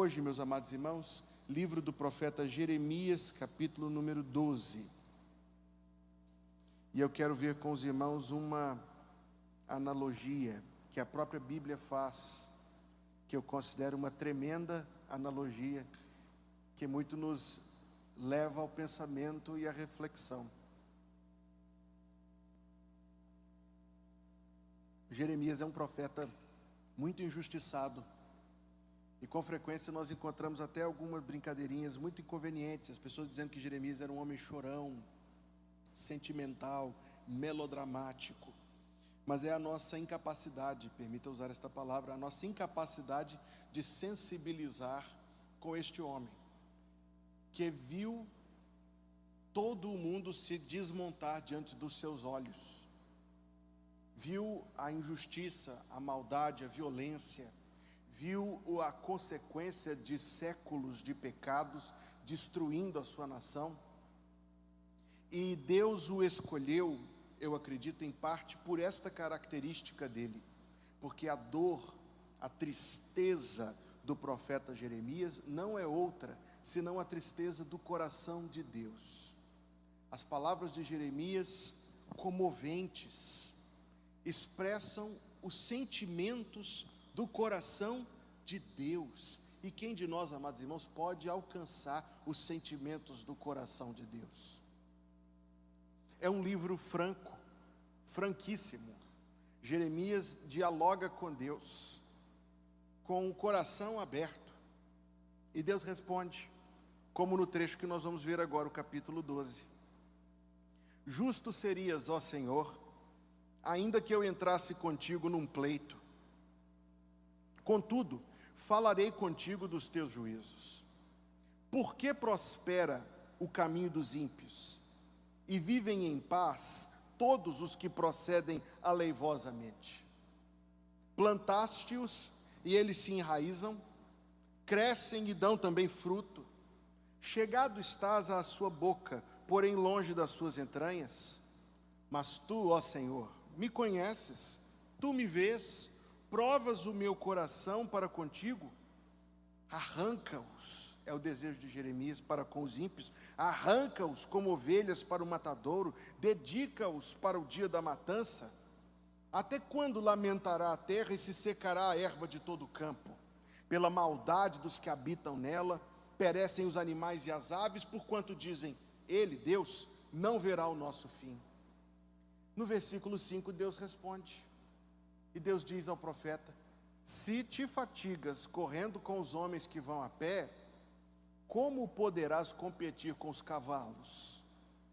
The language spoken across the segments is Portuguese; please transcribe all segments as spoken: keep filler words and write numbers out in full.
hoje, meus amados irmãos, livro do profeta Jeremias, capítulo número doze. E eu quero ver com os irmãos uma analogia que a própria Bíblia faz, que eu considero uma tremenda analogia, que muito nos leva ao pensamento e à reflexão. Jeremias é um profeta muito injustiçado, e com frequência nós encontramos até algumas brincadeirinhas muito inconvenientes, as pessoas dizendo que Jeremias era um homem chorão, sentimental, melodramático. Mas é a nossa incapacidade, permita usar esta palavra, a nossa incapacidade de sensibilizar com este homem, que viu todo o mundo se desmontar diante dos seus olhos, viu a injustiça, a maldade, a violência, viu a consequência de séculos de pecados destruindo a sua nação, e Deus o escolheu, eu acredito em parte por esta característica dele, porque a dor, a tristeza do profeta Jeremias não é outra senão a tristeza do coração de Deus. As palavras de Jeremias, comoventes, expressam os sentimentos do coração de Deus. E quem de nós, amados irmãos, pode alcançar os sentimentos do coração de Deus? É um livro franco, franquíssimo. Jeremias dialoga com Deus, com o coração aberto, e Deus responde, como no trecho que nós vamos ver agora, o capítulo doze. Justo serias, ó Senhor, ainda que eu entrasse contigo num pleito. Contudo, falarei contigo dos teus juízos. Por que prospera o caminho dos ímpios, e vivem em paz todos os que procedem aleivosamente? Plantaste-os, e eles se enraizam, crescem e dão também fruto. Chegado estás à sua boca, porém longe das suas entranhas. Mas tu, ó Senhor, me conheces, tu me vês, provas o meu coração para contigo. Arranca-os, é o desejo de Jeremias para com os ímpios, arranca-os como ovelhas para o matadouro, dedica-os para o dia da matança. Até quando lamentará a terra e se secará a erva de todo o campo? Pela maldade dos que habitam nela, perecem os animais e as aves, porquanto dizem, ele, Deus, não verá o nosso fim. No versículo cinco, Deus responde, e Deus diz ao profeta, se te fatigas correndo com os homens que vão a pé, como poderás competir com os cavalos?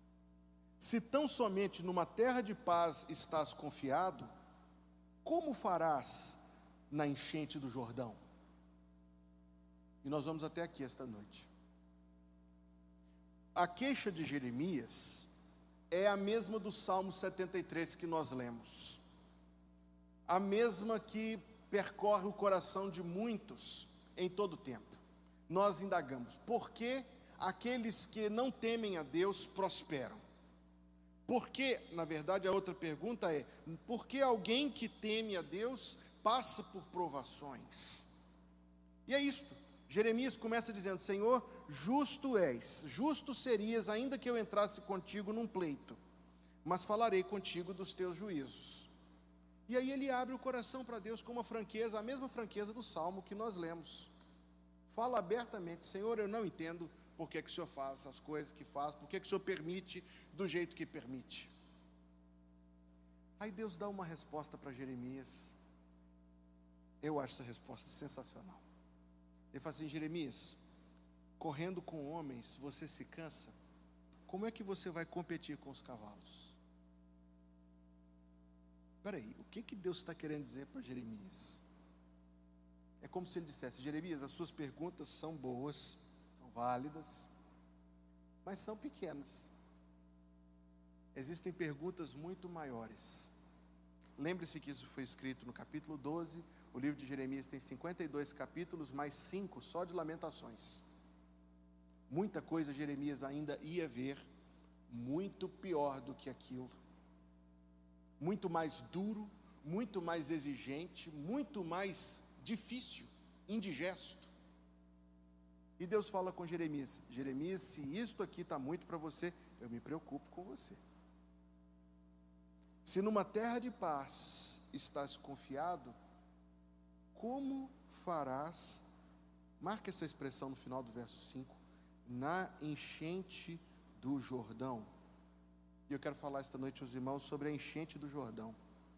Se tão somente numa terra de paz estás confiado, como farás na enchente do Jordão? E nós vamos até aqui esta noite. A queixa de Jeremias é a mesma do Salmo setenta e três que nós lemos, a mesma que percorre o coração de muitos em todo o tempo. Nós indagamos, por que aqueles que não temem a Deus prosperam? Porque, na verdade, a outra pergunta é, por que alguém que teme a Deus passa por provações? E é isto. Jeremias começa dizendo, Senhor, justo és, justo serias, ainda que eu entrasse contigo num pleito, mas falarei contigo dos teus juízos. E aí ele abre o coração para Deus com uma franqueza, a mesma franqueza do Salmo que nós lemos. Fala abertamente, Senhor, eu não entendo por que, que o Senhor faz as coisas que faz, por que, que o Senhor permite do jeito que permite. Aí Deus dá uma resposta para Jeremias, eu acho essa resposta sensacional. Ele fala assim, Jeremias, correndo com homens você se cansa, como é que você vai competir com os cavalos? Espera aí, o que, que Deus está querendo dizer para Jeremias? É como se ele dissesse, Jeremias, as suas perguntas são boas, são válidas, mas são pequenas. Existem perguntas muito maiores. Lembre-se que isso foi escrito no capítulo doze, o livro de Jeremias tem cinquenta e dois capítulos, mais cinco só de lamentações. Muita coisa Jeremias ainda ia ver, muito pior do que aquilo. Muito mais duro, muito mais exigente, muito mais difícil, indigesto. E Deus fala com Jeremias: Jeremias, se isto aqui está muito para você, eu me preocupo com você. Se numa terra de paz estás confiado, como farás, marca essa expressão no final do verso cinco, na enchente do Jordão. E eu quero falar esta noite aos irmãos sobre a enchente do Jordão.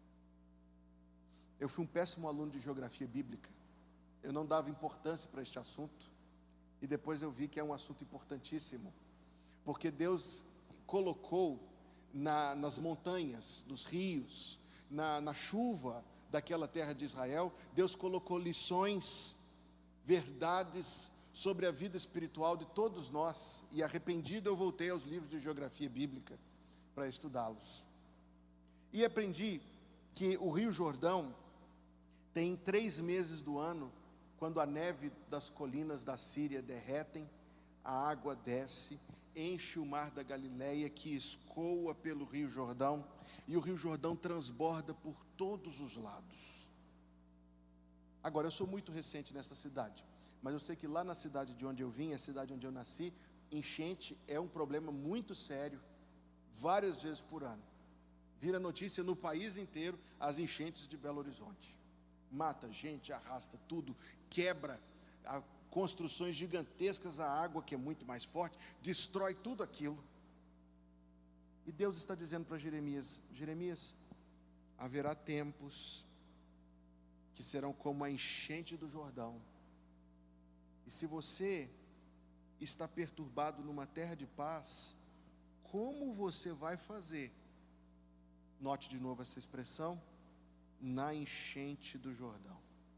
Eu fui um péssimo aluno de geografia bíblica, eu não dava importância para este assunto, e depois eu vi que é um assunto importantíssimo, porque Deus colocou na, nas montanhas, nos rios, na, na chuva daquela terra de Israel, Deus colocou lições, verdades sobre a vida espiritual de todos nós, e arrependido eu voltei aos livros de geografia bíblica para estudá-los, e aprendi que o Rio Jordão tem três meses do ano, quando a neve das colinas da Síria derretem, a água desce, enche o mar da Galileia, que escoa pelo Rio Jordão, e o Rio Jordão transborda por todos os lados. Agora, eu sou muito recente nesta cidade, mas eu sei que lá na cidade de onde eu vim, a cidade onde eu nasci, enchente é um problema muito sério, várias vezes por ano. Vira notícia no país inteiro as enchentes de Belo Horizonte. Mata gente, arrasta tudo, quebra a, construções gigantescas, a água que é muito mais forte, destrói tudo aquilo. E Deus está dizendo para Jeremias: Jeremias, haverá tempos que serão como a enchente do Jordão. E se você está perturbado numa terra de paz, como você vai fazer? Note de novo essa expressão, na enchente do Jordão.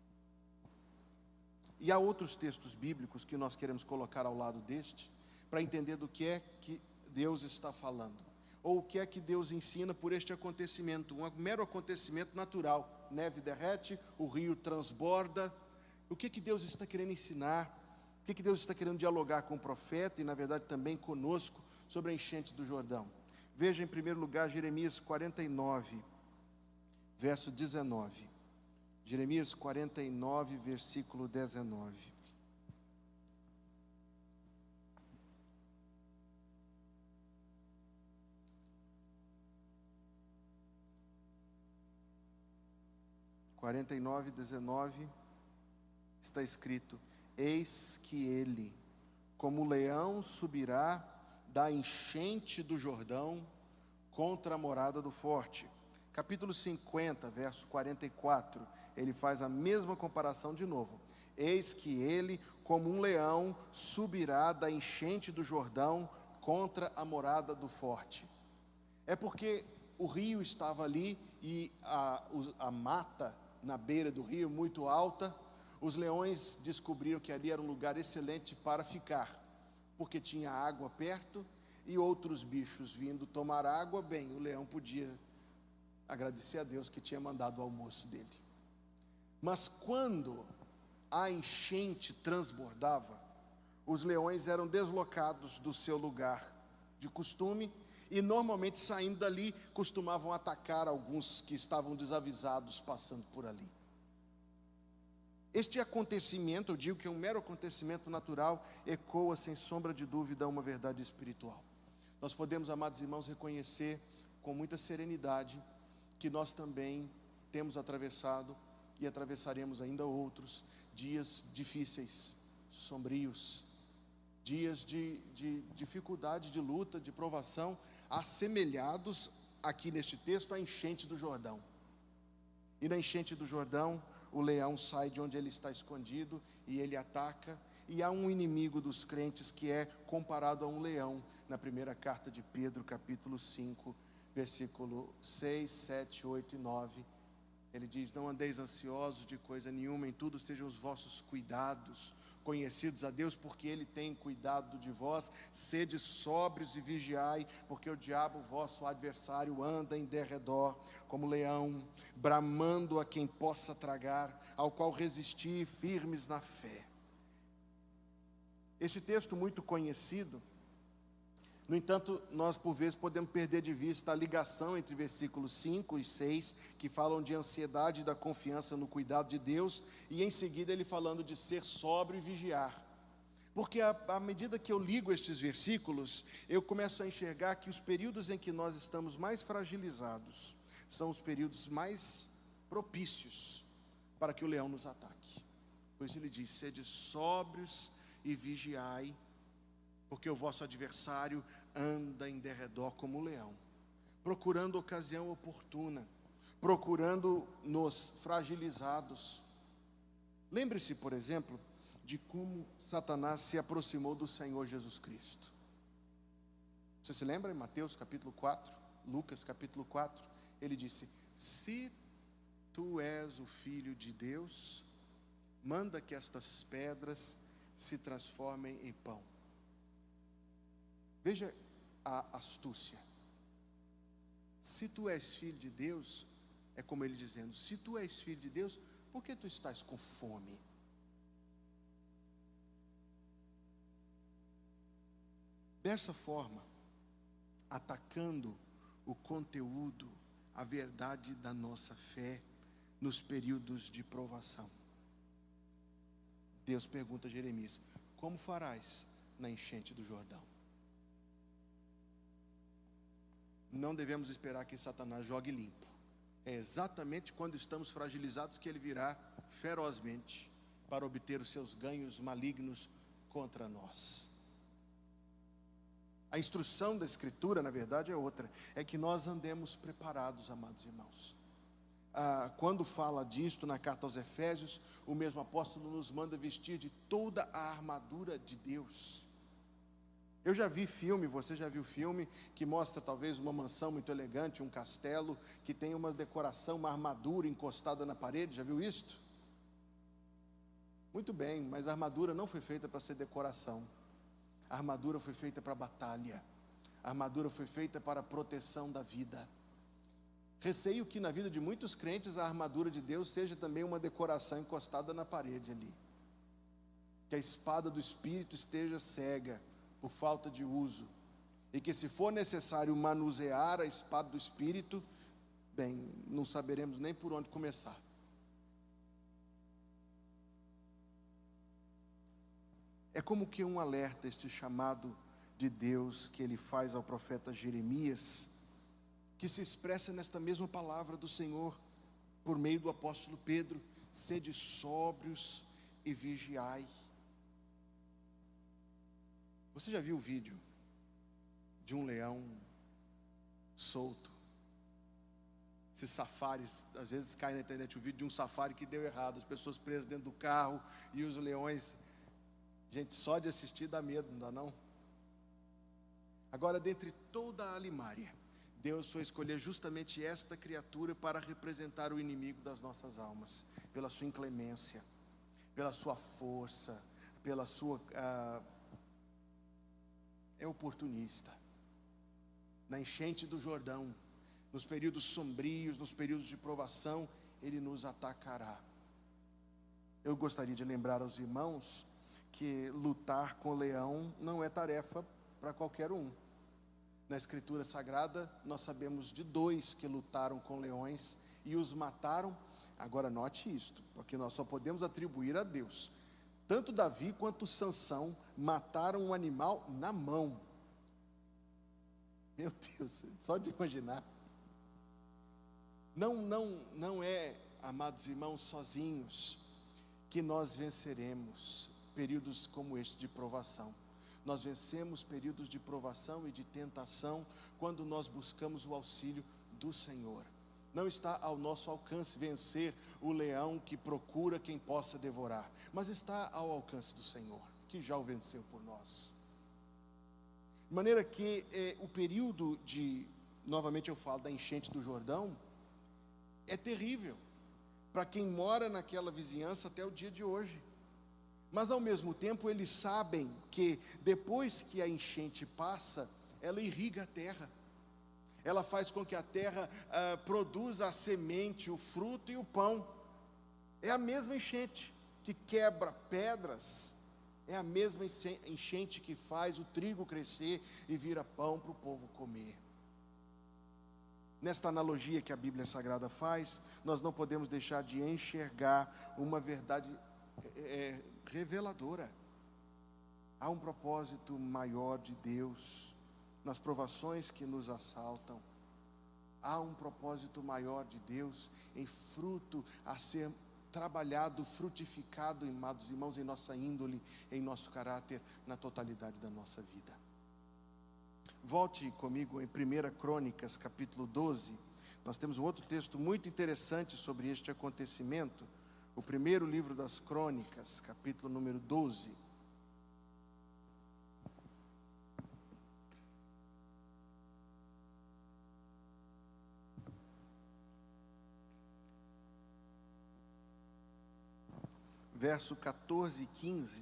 E há outros textos bíblicos que nós queremos colocar ao lado deste, para entender do que é que Deus está falando, ou o que é que Deus ensina por este acontecimento, um mero acontecimento natural. Neve derrete, o rio transborda. O que é que Deus está querendo ensinar? O que é que Deus está querendo dialogar com o profeta, e na verdade também conosco, sobre a enchente do Jordão? Veja em primeiro lugar Jeremias quarenta e nove, verso dezenove. Jeremias quarenta e nove, versículo dezenove. quarenta e nove, dezenove, está escrito: eis que ele, como leão, subirá da enchente do Jordão contra a morada do forte. Capítulo cinquenta, verso quarenta e quatro, ele faz a mesma comparação de novo. Eis que ele, como um leão, subirá da enchente do Jordão contra a morada do forte. É porque o rio estava ali e a, a mata na beira do rio, muito alta. Os leões descobriram que ali era um lugar excelente para ficar, porque tinha água perto, e outros bichos vindo tomar água, bem, o leão podia agradecer a Deus que tinha mandado o almoço dele. Mas quando a enchente transbordava, os leões eram deslocados do seu lugar de costume, e normalmente, saindo dali, costumavam atacar alguns que estavam desavisados passando por ali. Este acontecimento, eu digo que é um mero acontecimento natural, ecoa sem sombra de dúvida uma verdade espiritual. Nós podemos, amados irmãos, reconhecer com muita serenidade que nós também temos atravessado e atravessaremos ainda outros dias difíceis, sombrios, dias de, de dificuldade, de luta, de provação, assemelhados aqui neste texto à enchente do Jordão. E na enchente do Jordão, o leão sai de onde ele está escondido e ele ataca, e há um inimigo dos crentes que é comparado a um leão, na primeira carta de Pedro, capítulo cinco, versículo seis, sete, oito e nove, ele diz: não andeis ansiosos de coisa nenhuma, em tudo sejam os vossos cuidados conhecidos a Deus, porque Ele tem cuidado de vós. Sede sóbrios e vigiai, porque o diabo, vosso adversário, anda em derredor, como leão, bramando a quem possa tragar, ao qual resisti firmes na fé. Esse texto muito conhecido, no entanto, nós por vezes podemos perder de vista a ligação entre versículos cinco e seis, que falam de ansiedade e da confiança no cuidado de Deus, e em seguida ele falando de ser sóbrio e vigiar. Porque à, à medida que eu ligo estes versículos, eu começo a enxergar que os períodos em que nós estamos mais fragilizados são os períodos mais propícios para que o leão nos ataque. Por isso ele diz: sede sóbrios e vigiai, porque o vosso adversário anda em derredor como leão, procurando ocasião oportuna, procurando nos fragilizados. Lembre-se, por exemplo, de como Satanás se aproximou do Senhor Jesus Cristo. Você se lembra em Mateus capítulo quatro, Lucas capítulo quatro? Ele disse: se tu és o Filho de Deus, manda que estas pedras se transformem em pão. Veja a astúcia. Se tu és filho de Deus, é como ele dizendo: se tu és filho de Deus, por que tu estás com fome? Dessa forma, atacando o conteúdo, a verdade da nossa fé nos períodos de provação, Deus pergunta a Jeremias: como farás na enchente do Jordão? Não devemos esperar que Satanás jogue limpo. É exatamente quando estamos fragilizados que ele virá ferozmente para obter os seus ganhos malignos contra nós. A instrução da Escritura, na verdade, é outra: é que nós andemos preparados, amados irmãos. Ah, quando fala disto na carta aos Efésios, o mesmo apóstolo nos manda vestir de toda a armadura de Deus. Eu já vi filme, você já viu filme, que mostra talvez uma mansão muito elegante, um castelo, que tem uma decoração, uma armadura encostada na parede, já viu isto? Muito bem, mas a armadura não foi feita para ser decoração. A armadura foi feita para batalha. A armadura foi feita para a proteção da vida. Receio que na vida de muitos crentes a armadura de Deus seja também uma decoração encostada na parede ali. Que a espada do Espírito esteja cega por falta de uso, e que se for necessário manusear a espada do Espírito, bem, não saberemos nem por onde começar. É como que um alerta, este chamado de Deus que ele faz ao profeta Jeremias, que se expressa nesta mesma palavra do Senhor, por meio do apóstolo Pedro: sede sóbrios e vigiai. Você já viu o vídeo de um leão solto? Esses safaris, às vezes cai na internet o vídeo de um safari que deu errado, as pessoas presas dentro do carro e os leões. Gente, só de assistir dá medo, não dá não? Agora, dentre toda a alimária, Deus foi escolher justamente esta criatura para representar o inimigo das nossas almas, pela sua inclemência, pela sua força, pela sua... Ah, é oportunista. Na enchente do Jordão, nos períodos sombrios, nos períodos de provação, ele nos atacará. Eu gostaria de lembrar aos irmãos que lutar com o leão não é tarefa para qualquer um. Na Escritura Sagrada, nós sabemos de dois que lutaram com leões e os mataram. Agora note isto, porque nós só podemos atribuir a Deus. Tanto Davi quanto Sansão mataram um animal na mão. Meu Deus, só de imaginar. Não, não, não é, amados irmãos, sozinhos que nós venceremos períodos como este de provação. Nós vencemos períodos de provação e de tentação quando nós buscamos o auxílio do Senhor. Não está ao nosso alcance vencer o leão que procura quem possa devorar, mas está ao alcance do Senhor, que já o venceu por nós. De maneira que eh, o período de, novamente eu falo da enchente do Jordão, é terrível para quem mora naquela vizinhança até o dia de hoje. Mas ao mesmo tempo eles sabem que depois que a enchente passa, ela irriga a terra. Ela faz com que a terra ah, produza a semente, o fruto e o pão. É a mesma enchente que quebra pedras, é a mesma enchente que faz o trigo crescer e vira pão para o povo comer. Nesta analogia que a Bíblia Sagrada faz, nós não podemos deixar de enxergar uma verdade é, reveladora. Há um propósito maior de Deus nas provações que nos assaltam. Há um propósito maior de Deus em fruto a ser trabalhado, frutificado, amados irmãos, em nossa índole, em nosso caráter, na totalidade da nossa vida. Volte comigo em primeira Crônicas, capítulo doze. Nós temos um outro texto muito interessante sobre este acontecimento. O primeiro livro das Crônicas, capítulo número doze. Verso quatorze e quinze,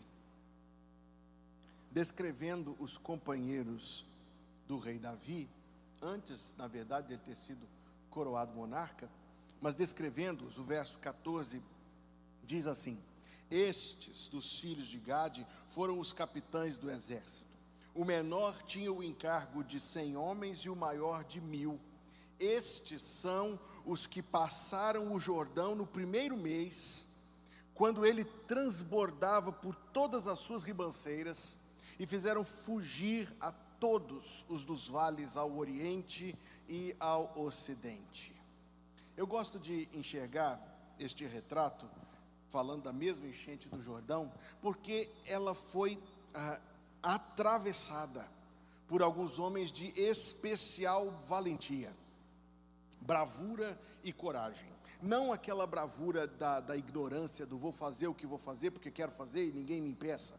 descrevendo os companheiros do rei Davi, antes, na verdade, de ele ter sido coroado monarca, mas descrevendo-os, o verso quatorze diz assim: estes dos filhos de Gade foram os capitães do exército. O menor tinha o encargo de cem homens e o maior de mil. Estes são os que passaram o Jordão no primeiro mês, quando ele transbordava por todas as suas ribanceiras, e fizeram fugir a todos os dos vales ao oriente e ao ocidente. Eu gosto de enxergar este retrato, falando da mesma enchente do Jordão, porque ela foi ah, atravessada por alguns homens de especial valentia, bravura e coragem. Não aquela bravura da, da ignorância, do vou fazer o que vou fazer porque quero fazer e ninguém me impeça.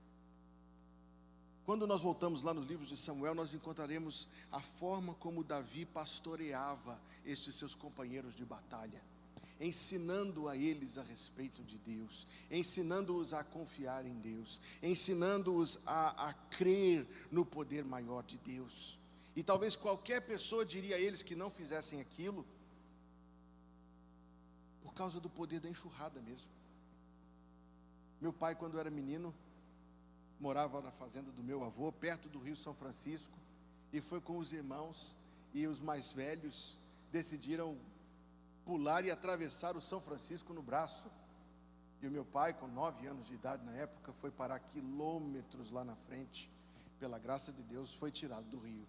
Quando nós voltamos lá nos livros de Samuel, nós encontraremos a forma como Davi pastoreava estes seus companheiros de batalha, ensinando a eles a respeito de Deus, ensinando-os a confiar em Deus, ensinando-os a, a crer no poder maior de Deus. E talvez qualquer pessoa diria a eles que não fizessem aquilo, por causa do poder da enxurrada mesmo. Meu pai, quando era menino, morava na fazenda do meu avô, perto do Rio São Francisco, e foi com os irmãos, e os mais velhos decidiram pular e atravessar o São Francisco no braço. E o meu pai, com nove anos de idade na época, foi parar quilômetros lá na frente. Pela graça de Deus, foi tirado do rio.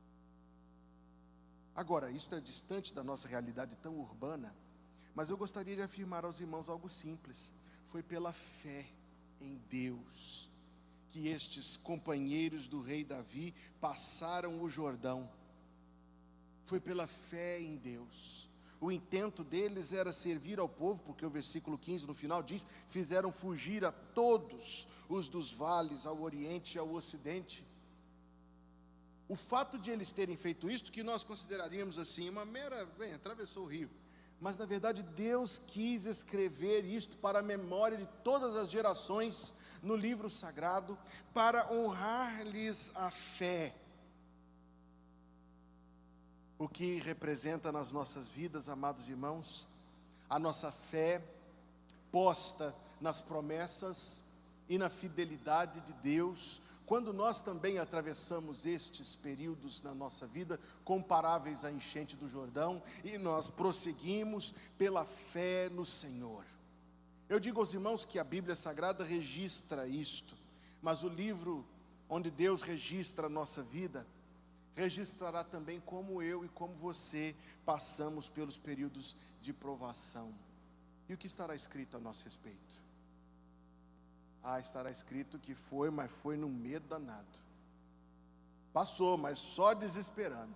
Agora, isso é distante da nossa realidade tão urbana, mas eu gostaria de afirmar aos irmãos algo simples. Foi pela fé em Deus que estes companheiros do rei Davi passaram o Jordão. Foi pela fé em Deus. O intento deles era servir ao povo, porque o versículo quinze no final diz: fizeram fugir a todos os dos vales, ao oriente e ao ocidente. O fato de eles terem feito isto, que nós consideraríamos assim, uma mera, bem, atravessou o rio, mas na verdade Deus quis escrever isto para a memória de todas as gerações no livro sagrado, para honrar-lhes a fé. O que representa nas nossas vidas, amados irmãos, a nossa fé posta nas promessas e na fidelidade de Deus, quando nós também atravessamos estes períodos na nossa vida, comparáveis à enchente do Jordão, e nós prosseguimos pela fé no Senhor. Eu digo aos irmãos que a Bíblia Sagrada registra isto, mas o livro onde Deus registra a nossa vida, registrará também como eu e como você passamos pelos períodos de provação. E o que estará escrito a nosso respeito? Ah, estará escrito que foi, mas foi num medo danado. Passou, mas só desesperando.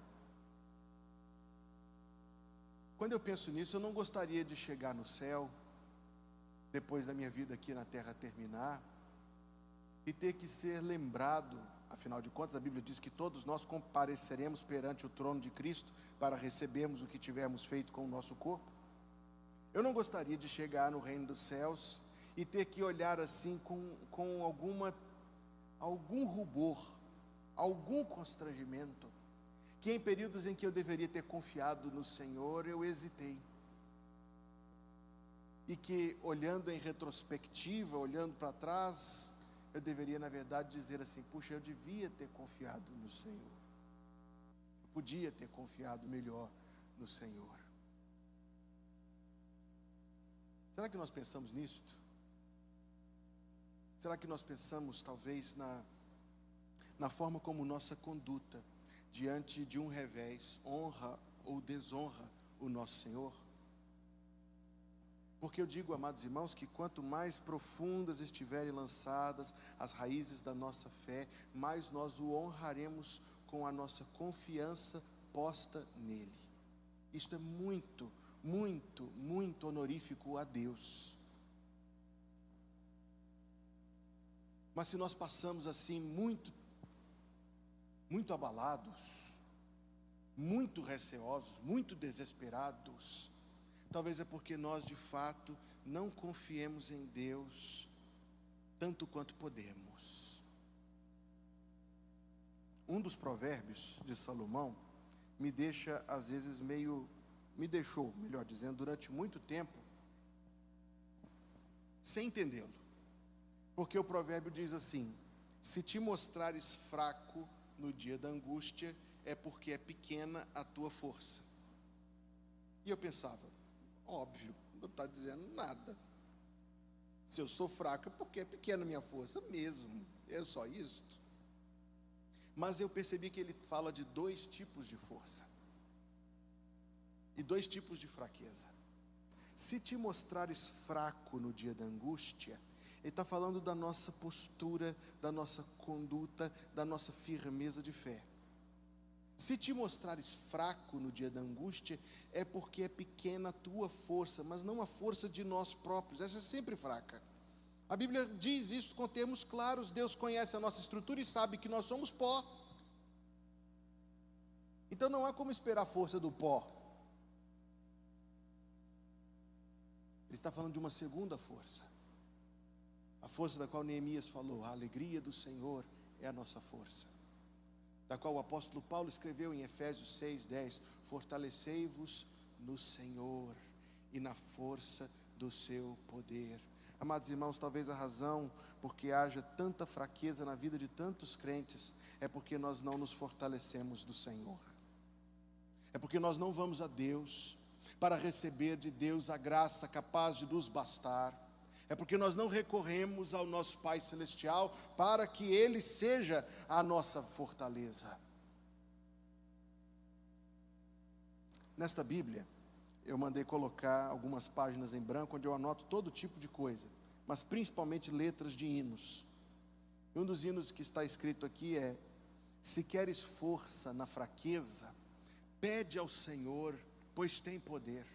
Quando eu penso nisso, eu não gostaria de chegar no céu, depois da minha vida aqui na terra terminar, e ter que ser lembrado. Afinal de contas, a Bíblia diz que todos nós compareceremos perante o trono de Cristo para recebermos o que tivermos feito com o nosso corpo. Eu não gostaria de chegar no reino dos céus e ter que olhar assim com, com alguma, algum rubor, algum constrangimento, que em períodos em que eu deveria ter confiado no Senhor, eu hesitei. E que olhando em retrospectiva, olhando para trás, eu deveria na verdade dizer assim: puxa, eu devia ter confiado no Senhor, eu podia ter confiado melhor no Senhor. Será que nós pensamos nisto? Será que nós pensamos, talvez, na, na forma como nossa conduta, diante de um revés, honra ou desonra o nosso Senhor? Porque eu digo, amados irmãos, que quanto mais profundas estiverem lançadas as raízes da nossa fé, mais nós o honraremos com a nossa confiança posta nele. Isto é muito, muito, muito honorífico a Deus. Mas se nós passamos assim muito, muito abalados, muito receosos, muito desesperados, talvez é porque nós de fato não confiemos em Deus tanto quanto podemos. Um dos provérbios de Salomão me deixa às vezes meio, me deixou, melhor dizendo, durante muito tempo, sem entendê-lo. Porque o provérbio diz assim: se te mostrares fraco no dia da angústia, é porque é pequena a tua força. E eu pensava, óbvio, não está dizendo nada. Se eu sou fraco é porque é pequena a minha força mesmo, é só isto. Mas eu percebi que ele fala de dois tipos de força e dois tipos de fraqueza. Se te mostrares fraco no dia da angústia, ele está falando da nossa postura, da nossa conduta, da nossa firmeza de fé. Se te mostrares fraco no dia da angústia, é porque é pequena a tua força, mas não a força de nós próprios, essa é sempre fraca. A Bíblia diz isso com termos claros. Deus conhece a nossa estrutura e sabe que nós somos pó. Então não há como esperar a força do pó. Ele está falando de uma segunda força, a força da qual Neemias falou: a alegria do Senhor é a nossa força, da qual o apóstolo Paulo escreveu em Efésios seis, dez: fortalecei-vos no Senhor e na força do seu poder. Amados irmãos, talvez a razão porque haja tanta fraqueza na vida de tantos crentes é porque nós não nos fortalecemos do Senhor. É porque nós não vamos a Deus para receber de Deus a graça capaz de nos bastar. É porque nós não recorremos ao nosso Pai Celestial para que Ele seja a nossa fortaleza. Nesta Bíblia, eu mandei colocar algumas páginas em branco, onde eu anoto todo tipo de coisa, mas principalmente letras de hinos. E um dos hinos que está escrito aqui é: se queres força na fraqueza, pede ao Senhor, pois tem poder.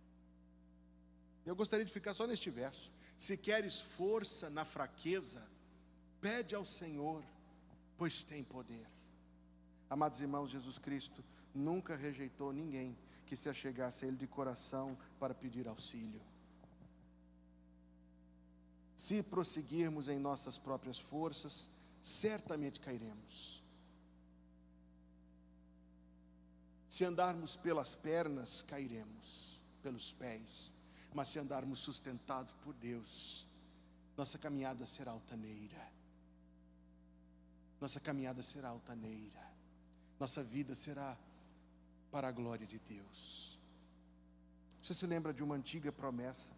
Eu gostaria de ficar só neste verso. Se queres força na fraqueza, pede ao Senhor, pois tem poder. Amados irmãos, Jesus Cristo nunca rejeitou ninguém que se achegasse a Ele de coração para pedir auxílio. Se prosseguirmos em nossas próprias forças, certamente cairemos. Se andarmos pelas pernas, cairemos pelos pés. Mas se andarmos sustentados por Deus, nossa caminhada será altaneira. Nossa caminhada será altaneira. Nossa vida será para a glória de Deus. Você se lembra de uma antiga promessa,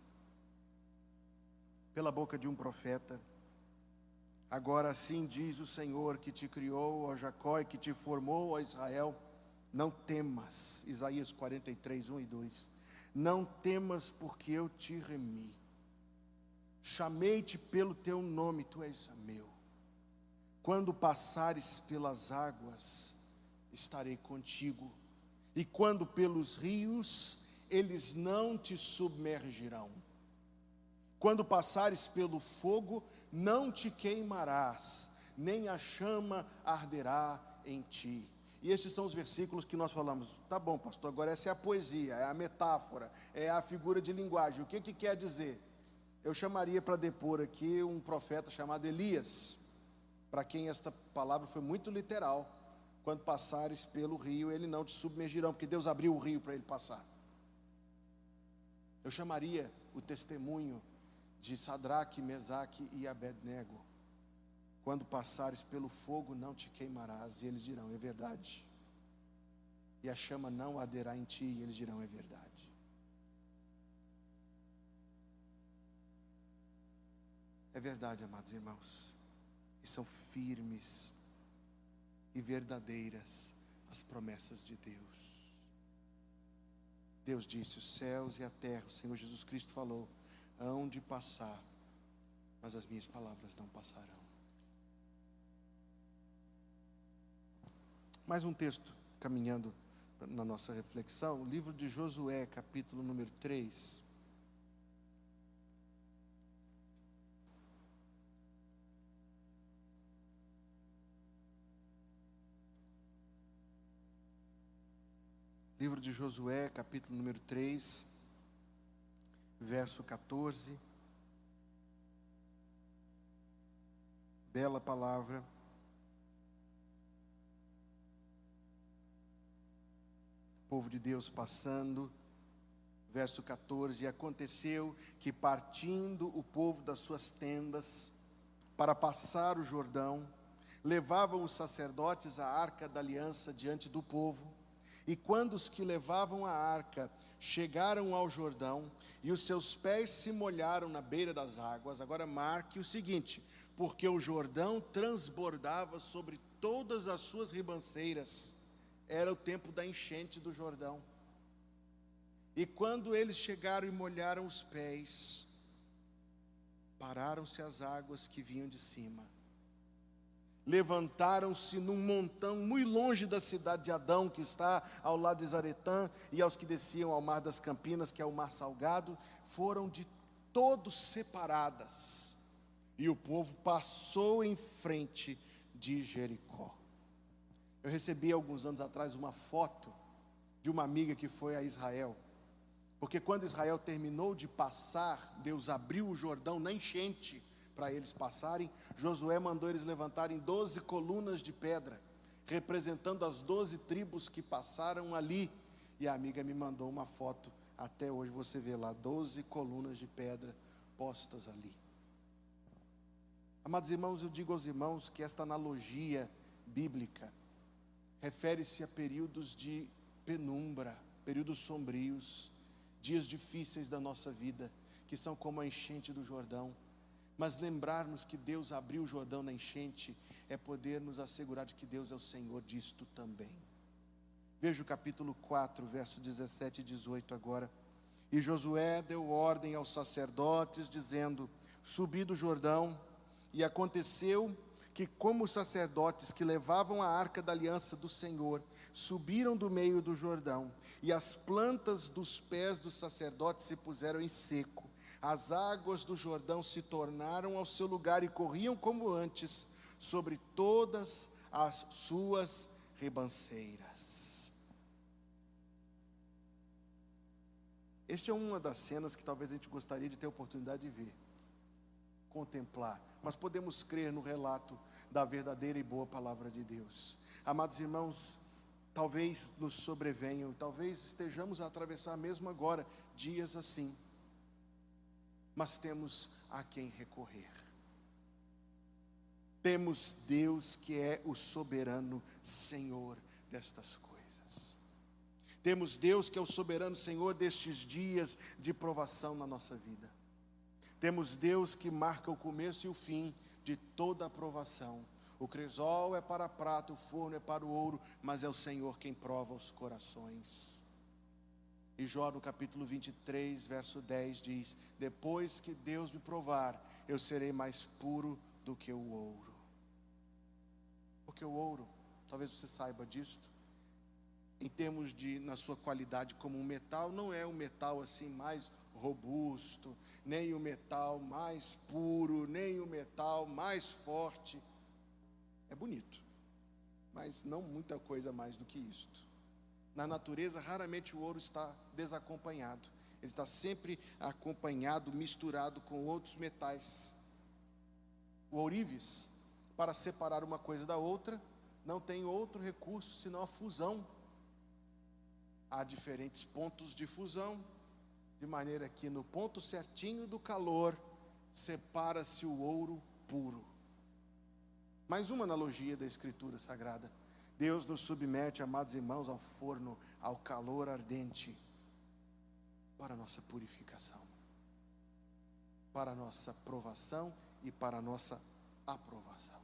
pela boca de um profeta: agora assim diz o Senhor que te criou, ó Jacó, e que te formou, ó Israel, não temas. Isaías quarenta e três, um e dois. Não temas, porque eu te remi, chamei-te pelo teu nome, tu és meu. Quando passares pelas águas, estarei contigo, e quando pelos rios, eles não te submergirão. Quando passares pelo fogo, não te queimarás, nem a chama arderá em ti. E esses são os versículos que nós falamos. Tá bom, pastor, agora essa é a poesia, é a metáfora, é a figura de linguagem. O que que quer dizer? Eu chamaria para depor aqui um profeta chamado Elias, para quem esta palavra foi muito literal. Quando passares pelo rio, ele não te submergirão, porque Deus abriu o rio para ele passar. Eu chamaria o testemunho de Sadraque, Mesaque e Abednego: quando passares pelo fogo, não te queimarás. E eles dirão: é verdade. E a chama não arderá em ti. E eles dirão: é verdade. É verdade, amados irmãos, e são firmes e verdadeiras as promessas de Deus. Deus disse: os céus e a terra, o Senhor Jesus Cristo falou, hão de passar, mas as minhas palavras não passarão. Mais um texto caminhando na nossa reflexão, o livro de Josué, capítulo número três. Livro de Josué, capítulo número três, verso quatorze. Bela palavra. Povo de Deus passando, verso quatorze. E aconteceu que, partindo o povo das suas tendas para passar o Jordão, levavam os sacerdotes a arca da aliança diante do povo. E quando os que levavam a arca chegaram ao Jordão, e os seus pés se molharam na beira das águas, agora marque o seguinte: porque o Jordão transbordava sobre todas as suas ribanceiras, era o tempo da enchente do Jordão. E quando eles chegaram e molharam os pés, pararam-se as águas que vinham de cima. Levantaram-se num montão muito longe da cidade de Adão, que está ao lado de Zaretã, e aos que desciam ao mar das Campinas, que é o mar salgado, foram de todos separadas. E o povo passou em frente de Jericó. Eu recebi alguns anos atrás uma foto de uma amiga que foi a Israel, porque quando Israel terminou de passar, Deus abriu o Jordão na enchente para eles passarem. Josué mandou eles levantarem doze colunas de pedra, representando as doze tribos que passaram ali. E a amiga me mandou uma foto, até hoje você vê lá, doze colunas de pedra postas ali. Amados irmãos, eu digo aos irmãos que esta analogia bíblica refere-se a períodos de penumbra, períodos sombrios, dias difíceis da nossa vida, que são como a enchente do Jordão. Mas lembrarmos que Deus abriu o Jordão na enchente é poder nos assegurar de que Deus é o Senhor disto também. Veja o capítulo quatro, verso dezessete e dezoito agora. E Josué deu ordem aos sacerdotes, dizendo: subi do Jordão. E aconteceu que, como os sacerdotes que levavam a arca da aliança do Senhor subiram do meio do Jordão, e as plantas dos pés dos sacerdotes se puseram em seco, as águas do Jordão se tornaram ao seu lugar e corriam como antes, sobre todas as suas ribanceiras. Esta é uma das cenas que talvez a gente gostaria de ter a oportunidade de ver, contemplar, mas podemos crer no relato da verdadeira e boa palavra de Deus. Amados irmãos, talvez nos sobrevenham, talvez estejamos a atravessar mesmo agora dias assim, mas temos a quem recorrer. Temos Deus que é o soberano Senhor destas coisas. Temos Deus que é o soberano Senhor destes dias de provação na nossa vida. Temos Deus que marca o começo e o fim de toda a provação. O crisol é para a prata, o forno é para o ouro, mas é o Senhor quem prova os corações. E Jó no capítulo vinte e três, verso dez diz: depois que Deus me provar, eu serei mais puro do que o ouro. Porque o ouro, talvez você saiba disto, em termos de, na sua qualidade como um metal, não é um metal assim mais robusto, nem o metal mais puro, nem o metal mais forte. É bonito, mas não muita coisa mais do que isto. Na natureza, raramente o ouro está desacompanhado. Ele está sempre acompanhado, misturado com outros metais. O ourives, para separar uma coisa da outra, não tem outro recurso senão a fusão. Há diferentes pontos de fusão, de maneira que no ponto certinho do calor, separa-se o ouro puro. Mais uma analogia da Escritura Sagrada. Deus nos submete, amados irmãos, ao forno, ao calor ardente, para a nossa purificação, para a nossa provação e para a nossa aprovação.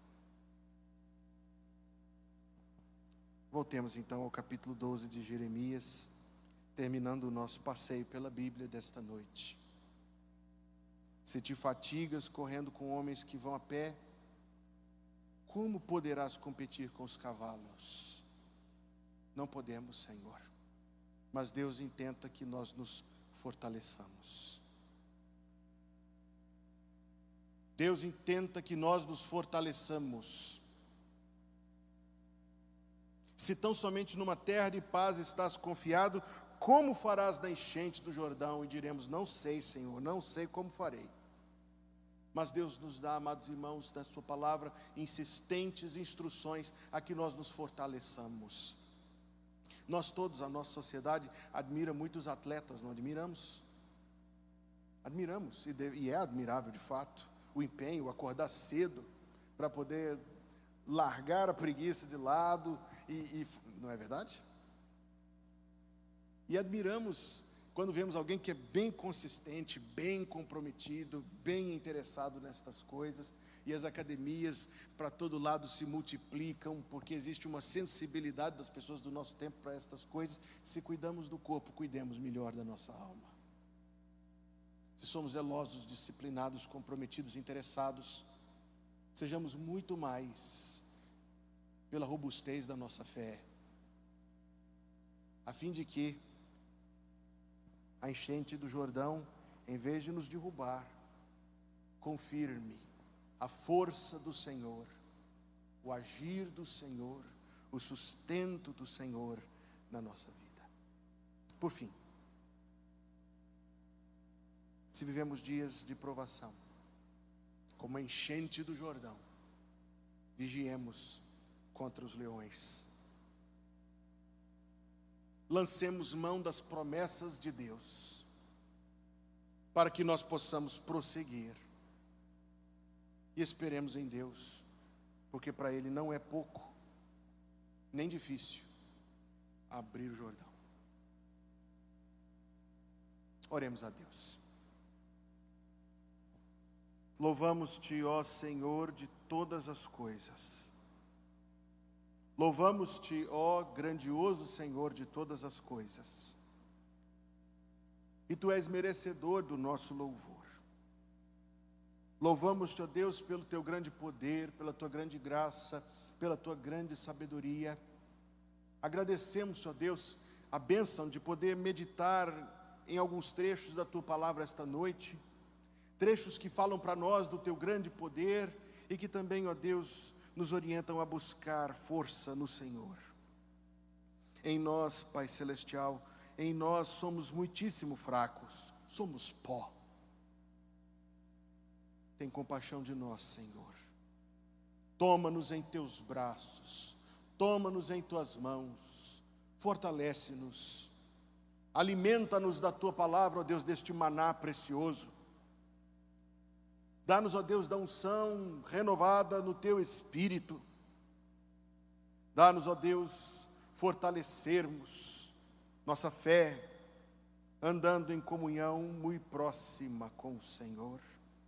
Voltemos então ao capítulo doze de Jeremias, terminando o nosso passeio pela Bíblia desta noite. Se te fatigas correndo com homens que vão a pé, como poderás competir com os cavalos? Não podemos, Senhor, mas Deus intenta que nós nos fortaleçamos. Deus intenta que nós nos fortaleçamos. Se tão somente numa terra de paz estás confiado, como farás da enchente do Jordão? E diremos, não sei, Senhor, não sei como farei. Mas Deus nos dá, amados irmãos, da sua palavra, insistentes instruções a que nós nos fortaleçamos. Nós todos, a nossa sociedade, admira muitos atletas, não admiramos? Admiramos, e, de, e é admirável de fato, o empenho, acordar cedo, para poder largar a preguiça de lado, e, e não é verdade? E admiramos quando vemos alguém que é bem consistente, bem comprometido, bem interessado nestas coisas, e as academias para todo lado se multiplicam, porque existe uma sensibilidade das pessoas do nosso tempo para estas coisas. Se cuidamos do corpo, cuidemos melhor da nossa alma. Se somos zelosos, disciplinados, comprometidos, interessados, sejamos muito mais pela robustez da nossa fé, a fim de que a enchente do Jordão, em vez de nos derrubar, confirme a força do Senhor, o agir do Senhor, o sustento do Senhor na nossa vida. Por fim, se vivemos dias de provação, como a enchente do Jordão, vigiemos contra os leões. Lancemos mão das promessas de Deus, para que nós possamos prosseguir, e esperemos em Deus, porque para Ele não é pouco, nem difícil, abrir o Jordão. Oremos a Deus. Louvamos-te, ó Senhor, de todas as coisas. Louvamos-te, ó grandioso Senhor de todas as coisas. E Tu és merecedor do nosso louvor. Louvamos-te, ó Deus, pelo Teu grande poder, pela Tua grande graça, pela Tua grande sabedoria. Agradecemos, ó Deus, a bênção de poder meditar em alguns trechos da Tua palavra esta noite. Trechos que falam para nós do Teu grande poder e que também, ó Deus, nos orientam a buscar força no Senhor. Em nós, Pai Celestial, em nós somos muitíssimo fracos, somos pó. Tem compaixão de nós, Senhor. Toma-nos em Teus braços, toma-nos em Tuas mãos, fortalece-nos, alimenta-nos da Tua palavra, ó Deus, deste maná precioso. Dá-nos, ó Deus, da unção renovada no Teu Espírito. Dá-nos, ó Deus, fortalecermos nossa fé, andando em comunhão muito próxima com o Senhor.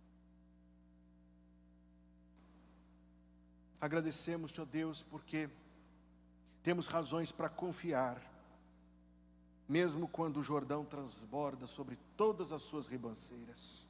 Agradecemos-te, ó Deus, porque temos razões para confiar, mesmo quando o Jordão transborda sobre todas as suas ribanceiras.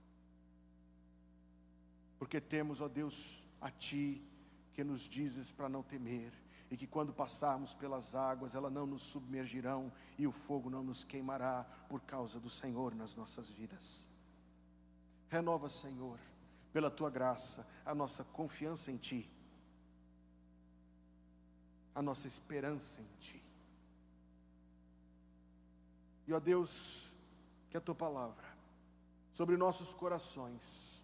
Porque temos, ó Deus, a Ti, que nos dizes para não temer, e que quando passarmos pelas águas, elas não nos submergirão, e o fogo não nos queimará, por causa do Senhor nas nossas vidas. Renova, Senhor, pela Tua graça, a nossa confiança em Ti, a nossa esperança em Ti. E, ó Deus, que a Tua palavra, sobre nossos corações,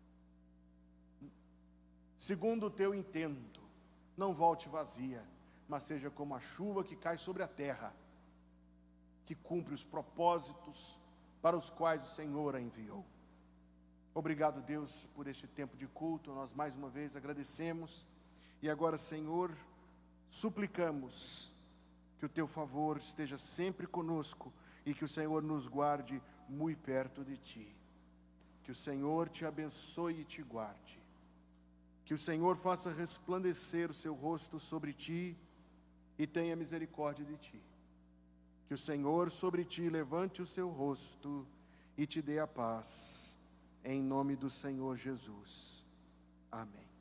segundo o Teu intento, não volte vazia, mas seja como a chuva que cai sobre a terra, que cumpre os propósitos para os quais o Senhor a enviou. Obrigado, Deus, por este tempo de culto. Nós mais uma vez agradecemos. E agora, Senhor, suplicamos que o Teu favor esteja sempre conosco e que o Senhor nos guarde muito perto de Ti. Que o Senhor te abençoe e te guarde. Que o Senhor faça resplandecer o seu rosto sobre ti e tenha misericórdia de ti. Que o Senhor sobre ti levante o seu rosto e te dê a paz. Em nome do Senhor Jesus. Amém.